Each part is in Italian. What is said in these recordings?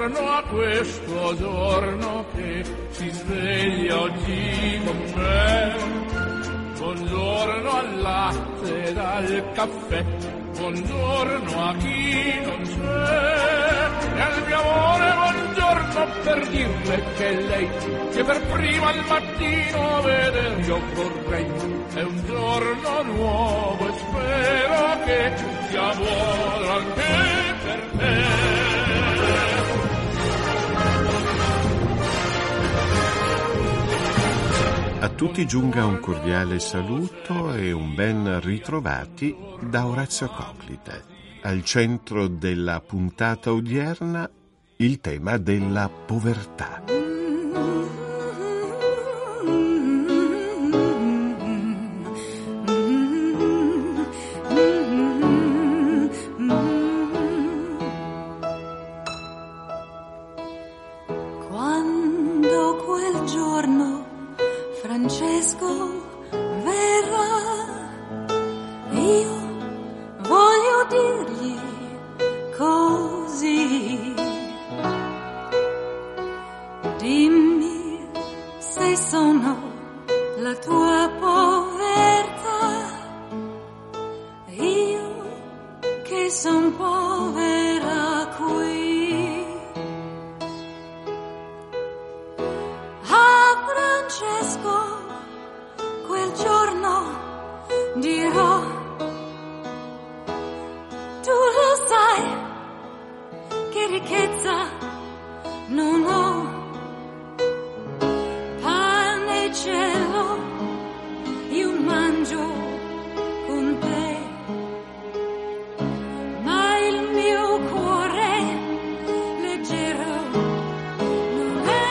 buongiorno a questo giorno che si sveglia oggi con me. Buongiorno al latte ed al caffè, buongiorno a chi non c'è. E al mio amore buongiorno per dirle che lei, che per prima al mattino vedere io vorrei. È un giorno nuovo e spero che sia buono anche per te. A tutti giunga un cordiale saluto e un ben ritrovati da Orazio Coclite. Al centro della puntata odierna il tema della povertà. Quando quel giorno Francesco verrà, io voglio dirgli così. Dimmi se sono la tua povertà, io che son povera qui. Francesco, quel giorno dirò, tu lo sai che ricchezza non ho, pane e cielo io mangio con te, ma il mio cuore leggero non è.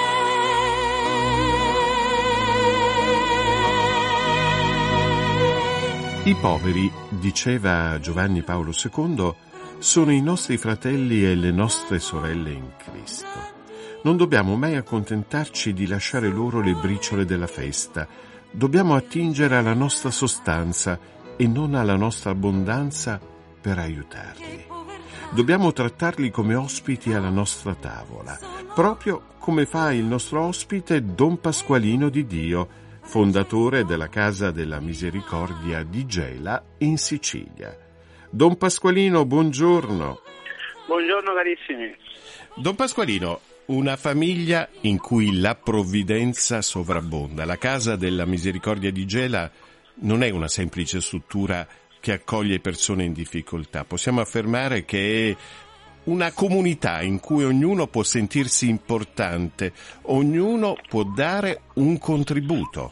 I poveri, diceva Giovanni Paolo II, sono i nostri fratelli e le nostre sorelle in Cristo. Non dobbiamo mai accontentarci di lasciare loro le briciole della festa. Dobbiamo attingere alla nostra sostanza e non alla nostra abbondanza per aiutarli. Dobbiamo trattarli come ospiti alla nostra tavola, proprio come fa il nostro ospite Don Pasqualino di Dio, fondatore della Casa della Misericordia di Gela in Sicilia. Don Pasqualino, buongiorno. Buongiorno carissimi. Don Pasqualino, una famiglia in cui la provvidenza sovrabbonda. La Casa della Misericordia di Gela non è una semplice struttura che accoglie persone in difficoltà. Possiamo affermare che è una comunità in cui ognuno può sentirsi importante, ognuno può dare un contributo.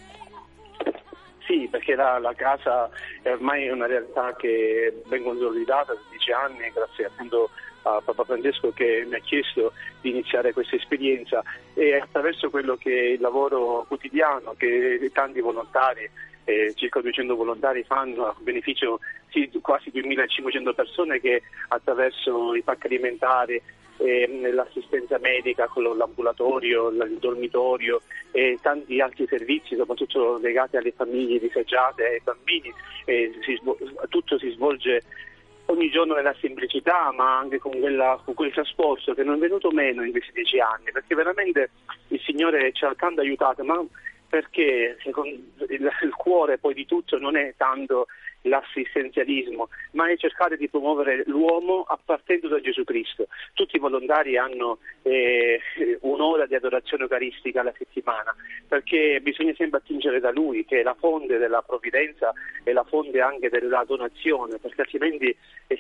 Sì, perché la casa è ormai una realtà che è ben consolidata da 10 anni, grazie appunto a Papa Francesco che mi ha chiesto di iniziare questa esperienza, e attraverso quello che è il lavoro quotidiano che tanti volontari, circa 200 volontari fanno a beneficio di quasi 2500 persone che attraverso i pacchi alimentari, l'assistenza medica con l'ambulatorio, il dormitorio e tanti altri servizi, soprattutto legati alle famiglie disagiate e ai bambini, tutto si svolge ogni giorno nella semplicità, ma anche con quel trasporto che non è venuto meno in questi 10 anni, perché veramente il Signore ci ha tanto aiutato, ma perché il cuore poi di tutto non è tanto l'assistenzialismo, ma è cercare di promuovere l'uomo a partendo da Gesù Cristo. Tutti i volontari hanno un'ora di adorazione eucaristica alla settimana, perché bisogna sempre attingere da Lui, che è la fonte della provvidenza e la fonte anche della donazione, perché altrimenti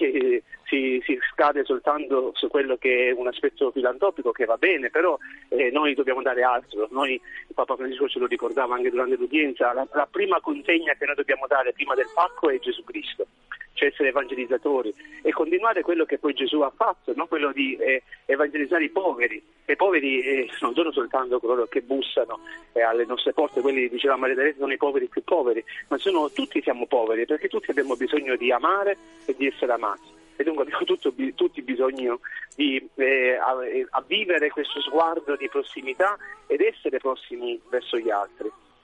si scade soltanto su quello che è un aspetto filantropico, che va bene, però noi dobbiamo dare altro. Noi, il Papa Francesco ce lo ricordava anche durante l'udienza, la prima consegna che noi dobbiamo dare prima del pacco è Gesù Cristo, cioè essere evangelizzatori e continuare quello che poi Gesù ha fatto, no? Quello di evangelizzare i poveri. E i poveri non sono soltanto coloro che bussano alle nostre porte, quelli, diceva Maria Teresa, sono i poveri più poveri, ma tutti siamo poveri, perché tutti abbiamo bisogno di amare e di essere amati. E dunque abbiamo tutti bisogno di a vivere questo sguardo di prossimità ed essere prossimi verso gli altri.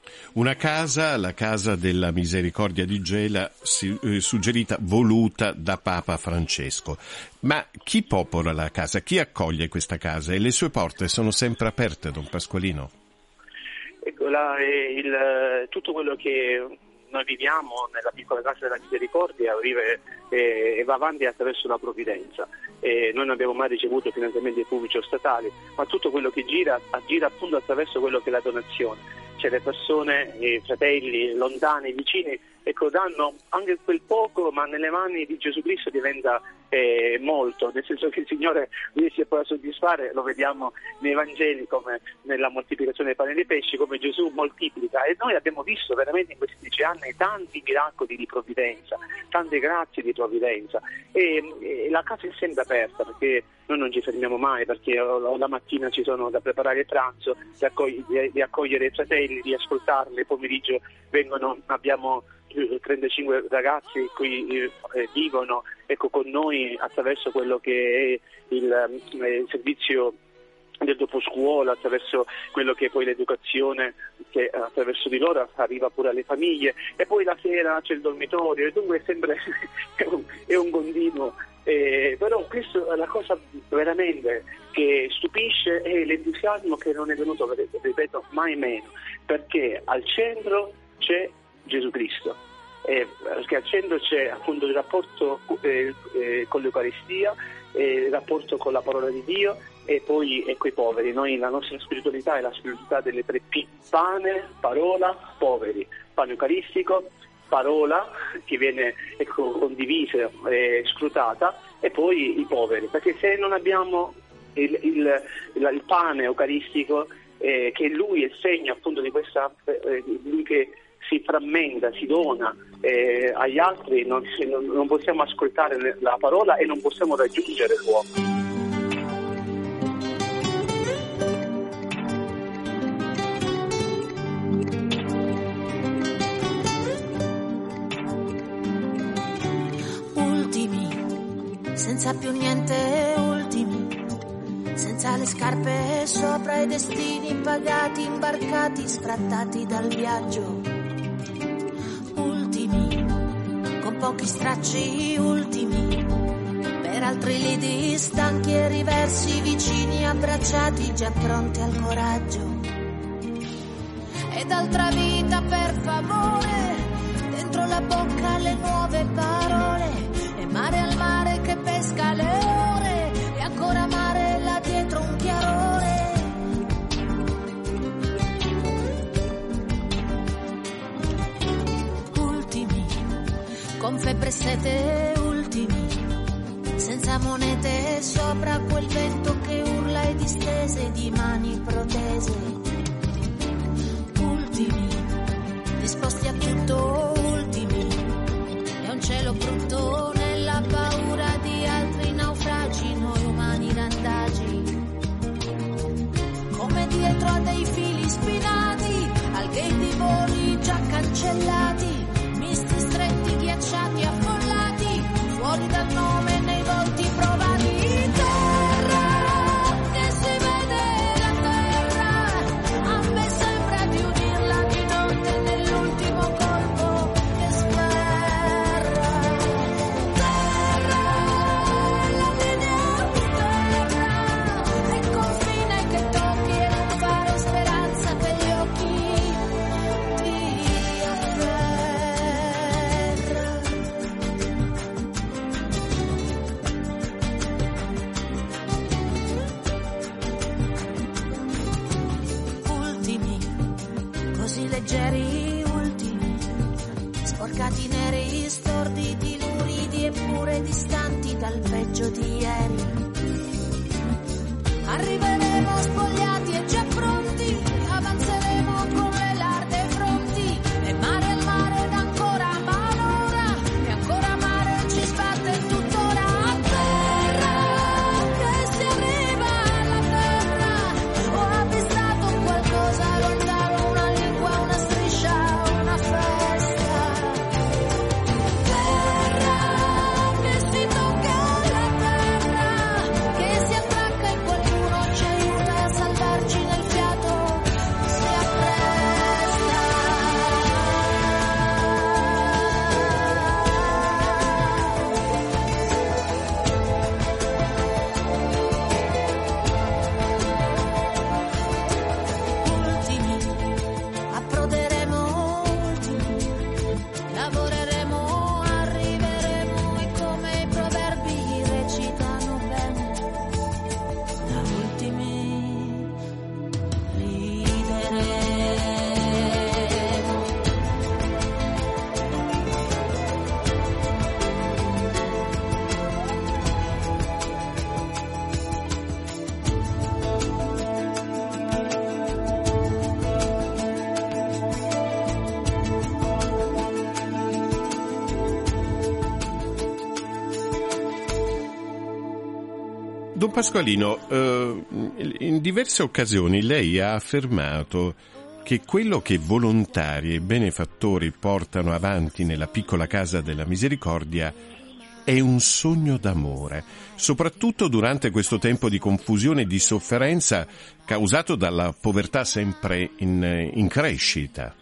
Una casa, la Casa della Misericordia di Gela, suggerita, voluta da Papa Francesco. Ma chi popola la casa? Chi accoglie questa casa? E le sue porte sono sempre aperte, Don Pasqualino? Ecco, tutto quello che noi viviamo nella piccola Casa della Misericordia vive e va avanti attraverso la provvidenza. Noi non abbiamo mai ricevuto finanziamenti pubblici o statali, ma tutto quello che gira appunto attraverso quello che è la donazione. Cioè le persone, i fratelli, lontani, vicini, ecco, danno anche quel poco, ma nelle mani di Gesù Cristo diventa molto, nel senso che il Signore riesce poi a soddisfare, lo vediamo nei Vangeli come nella moltiplicazione dei pani e dei pesci, come Gesù moltiplica, e noi abbiamo visto veramente in questi 10 anni tanti miracoli di provvidenza, tante grazie di provvidenza, e la casa è sempre aperta, perché noi non ci fermiamo mai, perché la mattina ci sono da preparare il pranzo, di accogliere i fratelli, di ascoltarli, il pomeriggio abbiamo 35 ragazzi qui vivono, ecco, con noi attraverso quello che è il servizio del doposcuola, attraverso quello che è poi l'educazione che attraverso di loro arriva pure alle famiglie, e poi la sera c'è il dormitorio, e dunque è sempre è un continuo. Però questa è la cosa veramente che stupisce, è l'entusiasmo che non è venuto, ripeto, mai meno, perché al centro c'è Gesù Cristo, perché al centro c'è appunto il rapporto con l'Eucaristia, il rapporto con la parola di Dio, e poi ecco i poveri. Noi, la nostra spiritualità è la spiritualità delle 3 P: pane, parola, poveri. Pane eucaristico, parola che viene condivisa e scrutata, e poi i poveri, perché se non abbiamo il pane eucaristico, che lui è il segno appunto di questa lui che si frammenta, si dona agli altri, non possiamo ascoltare la parola e non possiamo raggiungere l'uomo. Senza più niente, ultimi, senza le scarpe sopra i destini pagati, imbarcati, sfrattati dal viaggio. Ultimi, con pochi stracci, ultimi, per altri lidi stanchi e riversi, vicini, abbracciati, già pronti al coraggio. Ed altra vita per favore, dentro la bocca le nuove parole. Mare al mare che pesca le ore, e ancora mare là dietro un chiarore. Ultimi, con febbre e sete, ultimi, senza monete sopra quel vento che urla e distese di mani protese. Ultimi, disposti a tutto, ultimi, e un cielo brutto nella paura di altri naufragi, noi umani randagi, come dietro a dei fili spinati, al gate di voli già cancellati, misti stretti, ghiacciati, affollati, fuori dal nome nei volti provati. Terra, che si vede la terra, a me sembra di unirla di notte nell'ultimo colpo che sferra. Terra, la linea terra, è confine che tocchi e non fare speranza per gli occhi ti afferra. Ultimi, così leggeri, ultimi, sporcati neri, storditi, luridi eppure distanti dal peggio di ieri. Arriveremo spogliati e già pronti, avanzeremo con le larde fronti, e mare al mare ed ancora malora, e ancora mare ci sbatte tuttora. A terra, che si arriva alla terra, ho avvistato qualcosa lontano, una lingua, una striscia, una festa. Don Pasqualino, in diverse occasioni lei ha affermato che quello che volontari e benefattori portano avanti nella piccola casa della misericordia è un sogno d'amore, soprattutto durante questo tempo di confusione e di sofferenza causato dalla povertà sempre in crescita.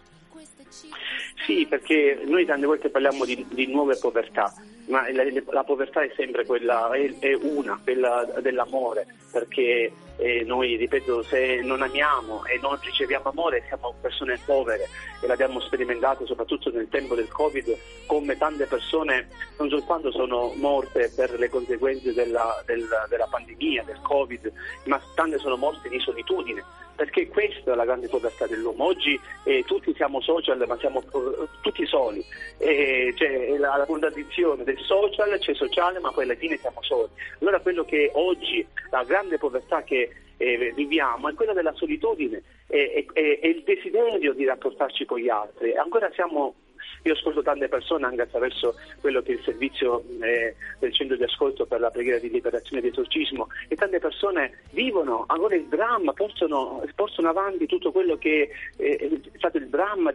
Sì, perché noi tante volte parliamo di nuove povertà, ma la povertà è sempre quella, è quella dell'amore, perché noi, ripeto, se non amiamo e non riceviamo amore siamo persone povere, e l'abbiamo sperimentato soprattutto nel tempo del Covid, come tante persone non soltanto sono morte per le conseguenze della pandemia, del Covid, ma tante sono morte di solitudine, perché questa è la grande povertà dell'uomo. Oggi tutti siamo social, ma siamo tutti soli, c'è la contraddizione del social, c'è sociale, ma poi alla fine siamo soli. Allora quello che oggi, la grande povertà che viviamo è quella della solitudine, e il desiderio di rapportarci con gli altri. Ancora io ascolto tante persone anche attraverso quello che è il servizio del centro di ascolto per la preghiera di liberazione e di esorcismo, e tante persone vivono ancora il dramma, portano avanti tutto quello che è stato il dramma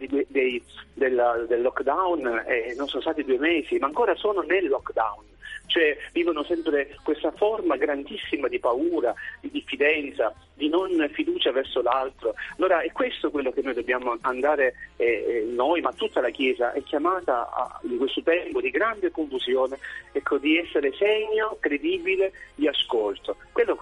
del lockdown, non sono stati 2 mesi, ma ancora sono nel lockdown. Cioè vivono sempre questa forma grandissima di paura, di diffidenza, di non fiducia verso l'altro. Allora è questo quello che noi dobbiamo andare, noi, ma tutta la Chiesa è chiamata in questo tempo di grande confusione, ecco, di essere segno credibile di ascolto.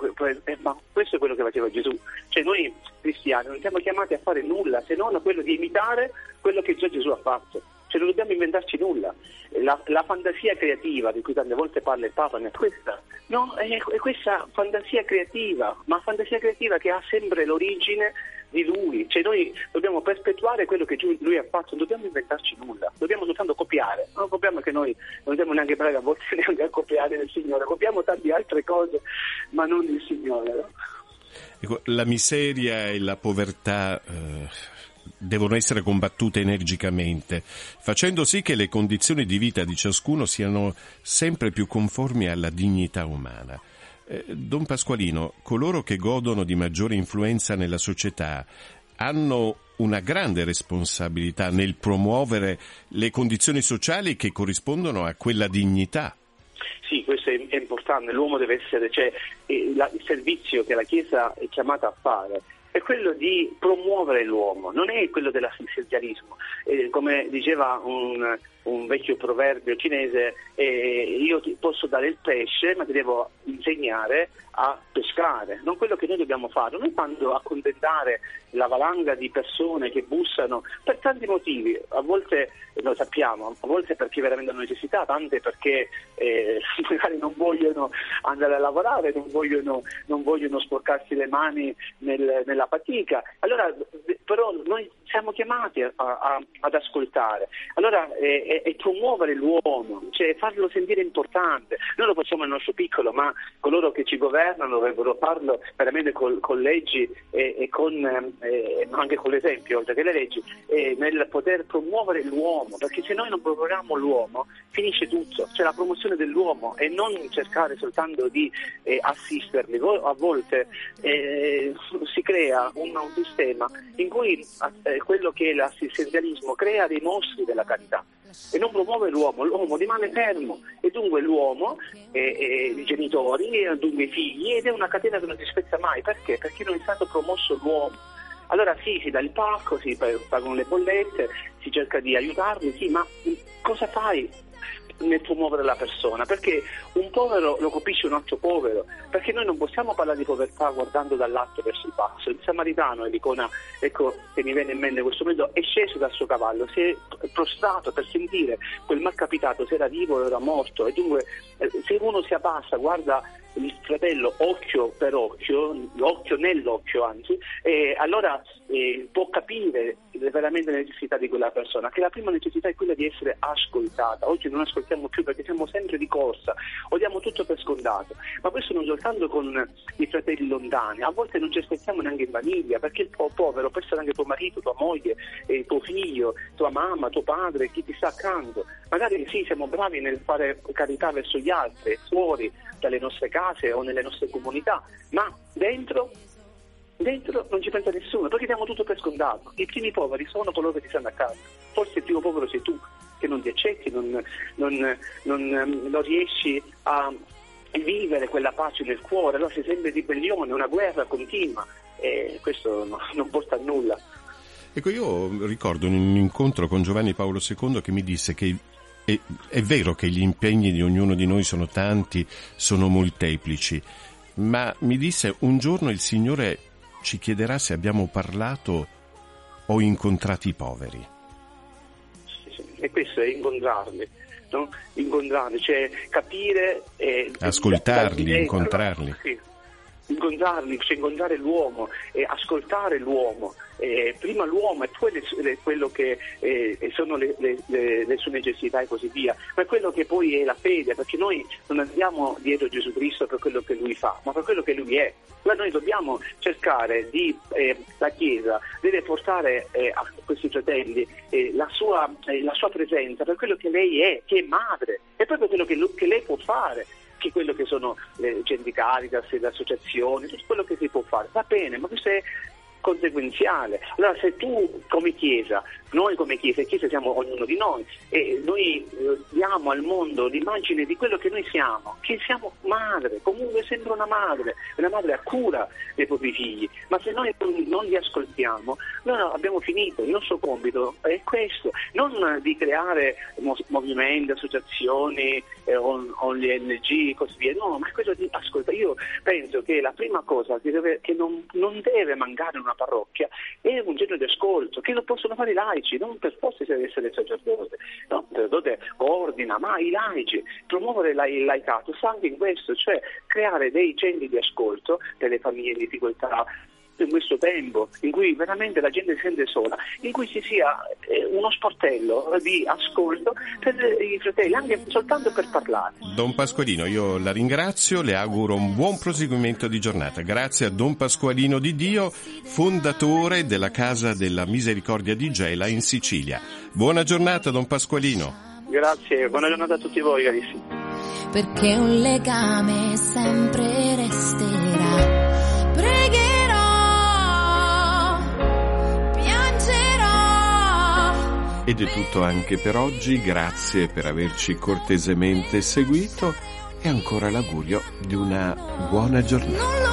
Ma questo è quello che faceva Gesù. Cioè noi cristiani non siamo chiamati a fare nulla se non quello di imitare quello che già Gesù ha fatto. Cioè non dobbiamo inventarci nulla. La fantasia creativa di cui tante volte parla il Papa è questa, no? È questa fantasia creativa, ma fantasia creativa che ha sempre l'origine di Lui. Cioè noi dobbiamo perpetuare quello che Lui ha fatto, non dobbiamo inventarci nulla, dobbiamo soltanto copiare. Non copiamo, che noi non siamo neanche bravi a volte neanche a copiare il Signore, copiamo tante altre cose, ma non il Signore, no? Ecco, la miseria e la povertà devono essere combattute energicamente, facendo sì che le condizioni di vita di ciascuno siano sempre più conformi alla dignità umana. Don Pasqualino, coloro che godono di maggiore influenza nella società hanno una grande responsabilità nel promuovere le condizioni sociali che corrispondono a quella dignità. Sì, questo è importante. L'uomo deve essere, il servizio che la Chiesa è chiamata a fare è quello di promuovere l'uomo, non è quello dell'assistenzialismo. Come diceva un vecchio proverbio cinese, io ti posso dare il pesce, ma ti devo insegnare a pescare. Non quello che noi dobbiamo fare, non tanto accontentare la valanga di persone che bussano per tanti motivi. A volte lo sappiamo, a volte perché veramente hanno necessità, tante perché magari non vogliono andare a lavorare, non vogliono sporcarsi le mani nella fatica. Allora, però noi siamo chiamati ad ascoltare. Allora è promuovere l'uomo, cioè farlo sentire importante. Noi lo facciamo nel nostro piccolo, ma coloro che ci governano dovrebbero farlo veramente con leggi e anche con l'esempio, oltre che le leggi, nel poter promuovere l'uomo, perché se noi non promuoviamo l'uomo finisce tutto. C'è la promozione dell'uomo e non cercare soltanto di assisterli. A volte si crea un sistema in cui quello che è l'assistenzialismo crea dei mostri della carità e non promuove l'uomo rimane fermo, e dunque l'uomo, i genitori, dunque i figli, ed è una catena che non si spezza mai. Perché? Perché non è stato promosso l'uomo. Allora sì, si dà il pacco, si pagano le bollette, si cerca di aiutarli, sì, ma cosa fai nel promuovere la persona? Perché un povero lo colpisce un altro povero, perché noi non possiamo parlare di povertà guardando dall'alto verso il basso. Il samaritano è l'icona, ecco, che mi viene in mente in questo momento, è sceso dal suo cavallo, si è prostrato per sentire quel malcapitato se era vivo o era morto, e dunque se uno si abbassa, guarda il fratello occhio per occhio, l'occhio nell'occhio anzi, allora può capire veramente le necessità di quella persona, che la prima necessità è quella di essere ascoltata. Oggi non ascoltiamo più perché siamo sempre di corsa o diamo tutto per scontato, ma questo non soltanto con i fratelli lontani, a volte non ci aspettiamo neanche in famiglia, perché il povero può essere anche tuo marito, tua moglie, tuo figlio, tua mamma, tuo padre, chi ti sta accanto. Magari sì, siamo bravi nel fare carità verso gli altri, fuori dalle nostre case o nelle nostre comunità, ma dentro non ci pensa nessuno, perché diamo tutto per scontato. I primi poveri sono coloro che ti stanno accanto. Forse il primo povero sei tu, che non ti accetti, non riesci a vivere quella pace nel cuore, allora sei sempre in ribellione, una guerra continua, e questo non porta a nulla. Ecco, io ricordo un incontro con Giovanni Paolo II che mi disse che è vero che gli impegni di ognuno di noi sono tanti, sono molteplici, ma mi disse un giorno il Signore ci chiederà se abbiamo parlato o incontrati i poveri. Sì, e questo è incontrarli, no? Incontrarli, cioè capire ascoltarli, incontrarli. Sì. Incontrarli, cioè incontrare l'uomo e ascoltare l'uomo, prima l'uomo e poi quello che sono le sue necessità e così via, ma quello che poi è la fede, perché noi non andiamo dietro Gesù Cristo per quello che lui fa, ma per quello che lui è. Ma noi dobbiamo cercare la Chiesa deve portare a questi fratelli la sua presenza per quello che lei è, che è madre, e proprio quello che lei può fare, che quello che sono le centri Caritas, le associazioni, tutto quello che si può fare, va bene, ma questo è conseguenziale. Allora se tu come Chiesa, noi come Chiesa siamo ognuno di noi, e noi diamo al mondo l'immagine di quello che noi siamo, che siamo madre, comunque sembra una madre a cura dei propri figli, ma se noi non li ascoltiamo, noi abbiamo finito. Il nostro compito è questo, non di creare movimenti, associazioni, o gli NG e così via, no, ma è quello di ascoltare. Io penso che la prima cosa che non deve mancare in una parrocchia è un genere di ascolto, che lo possono fare i laici, non per forza deve essere il sacerdote, no, il sacerdote ordina, ma i laici, promuovere il laicato sta anche in questo, cioè creare dei centri di ascolto delle famiglie in difficoltà in questo tempo in cui veramente la gente si sente sola, in cui ci sia uno sportello di ascolto per i fratelli, anche soltanto per parlare. Don Pasqualino, io la ringrazio, le auguro un buon proseguimento di giornata. Grazie a Don Pasqualino Di Dio, fondatore della Casa della Misericordia di Gela in Sicilia. Buona giornata, Don Pasqualino. Grazie, buona giornata a tutti voi, carissimi. Perché un legame sempre resterà. Ed è tutto anche per oggi, grazie per averci cortesemente seguito e ancora l'augurio di una buona giornata.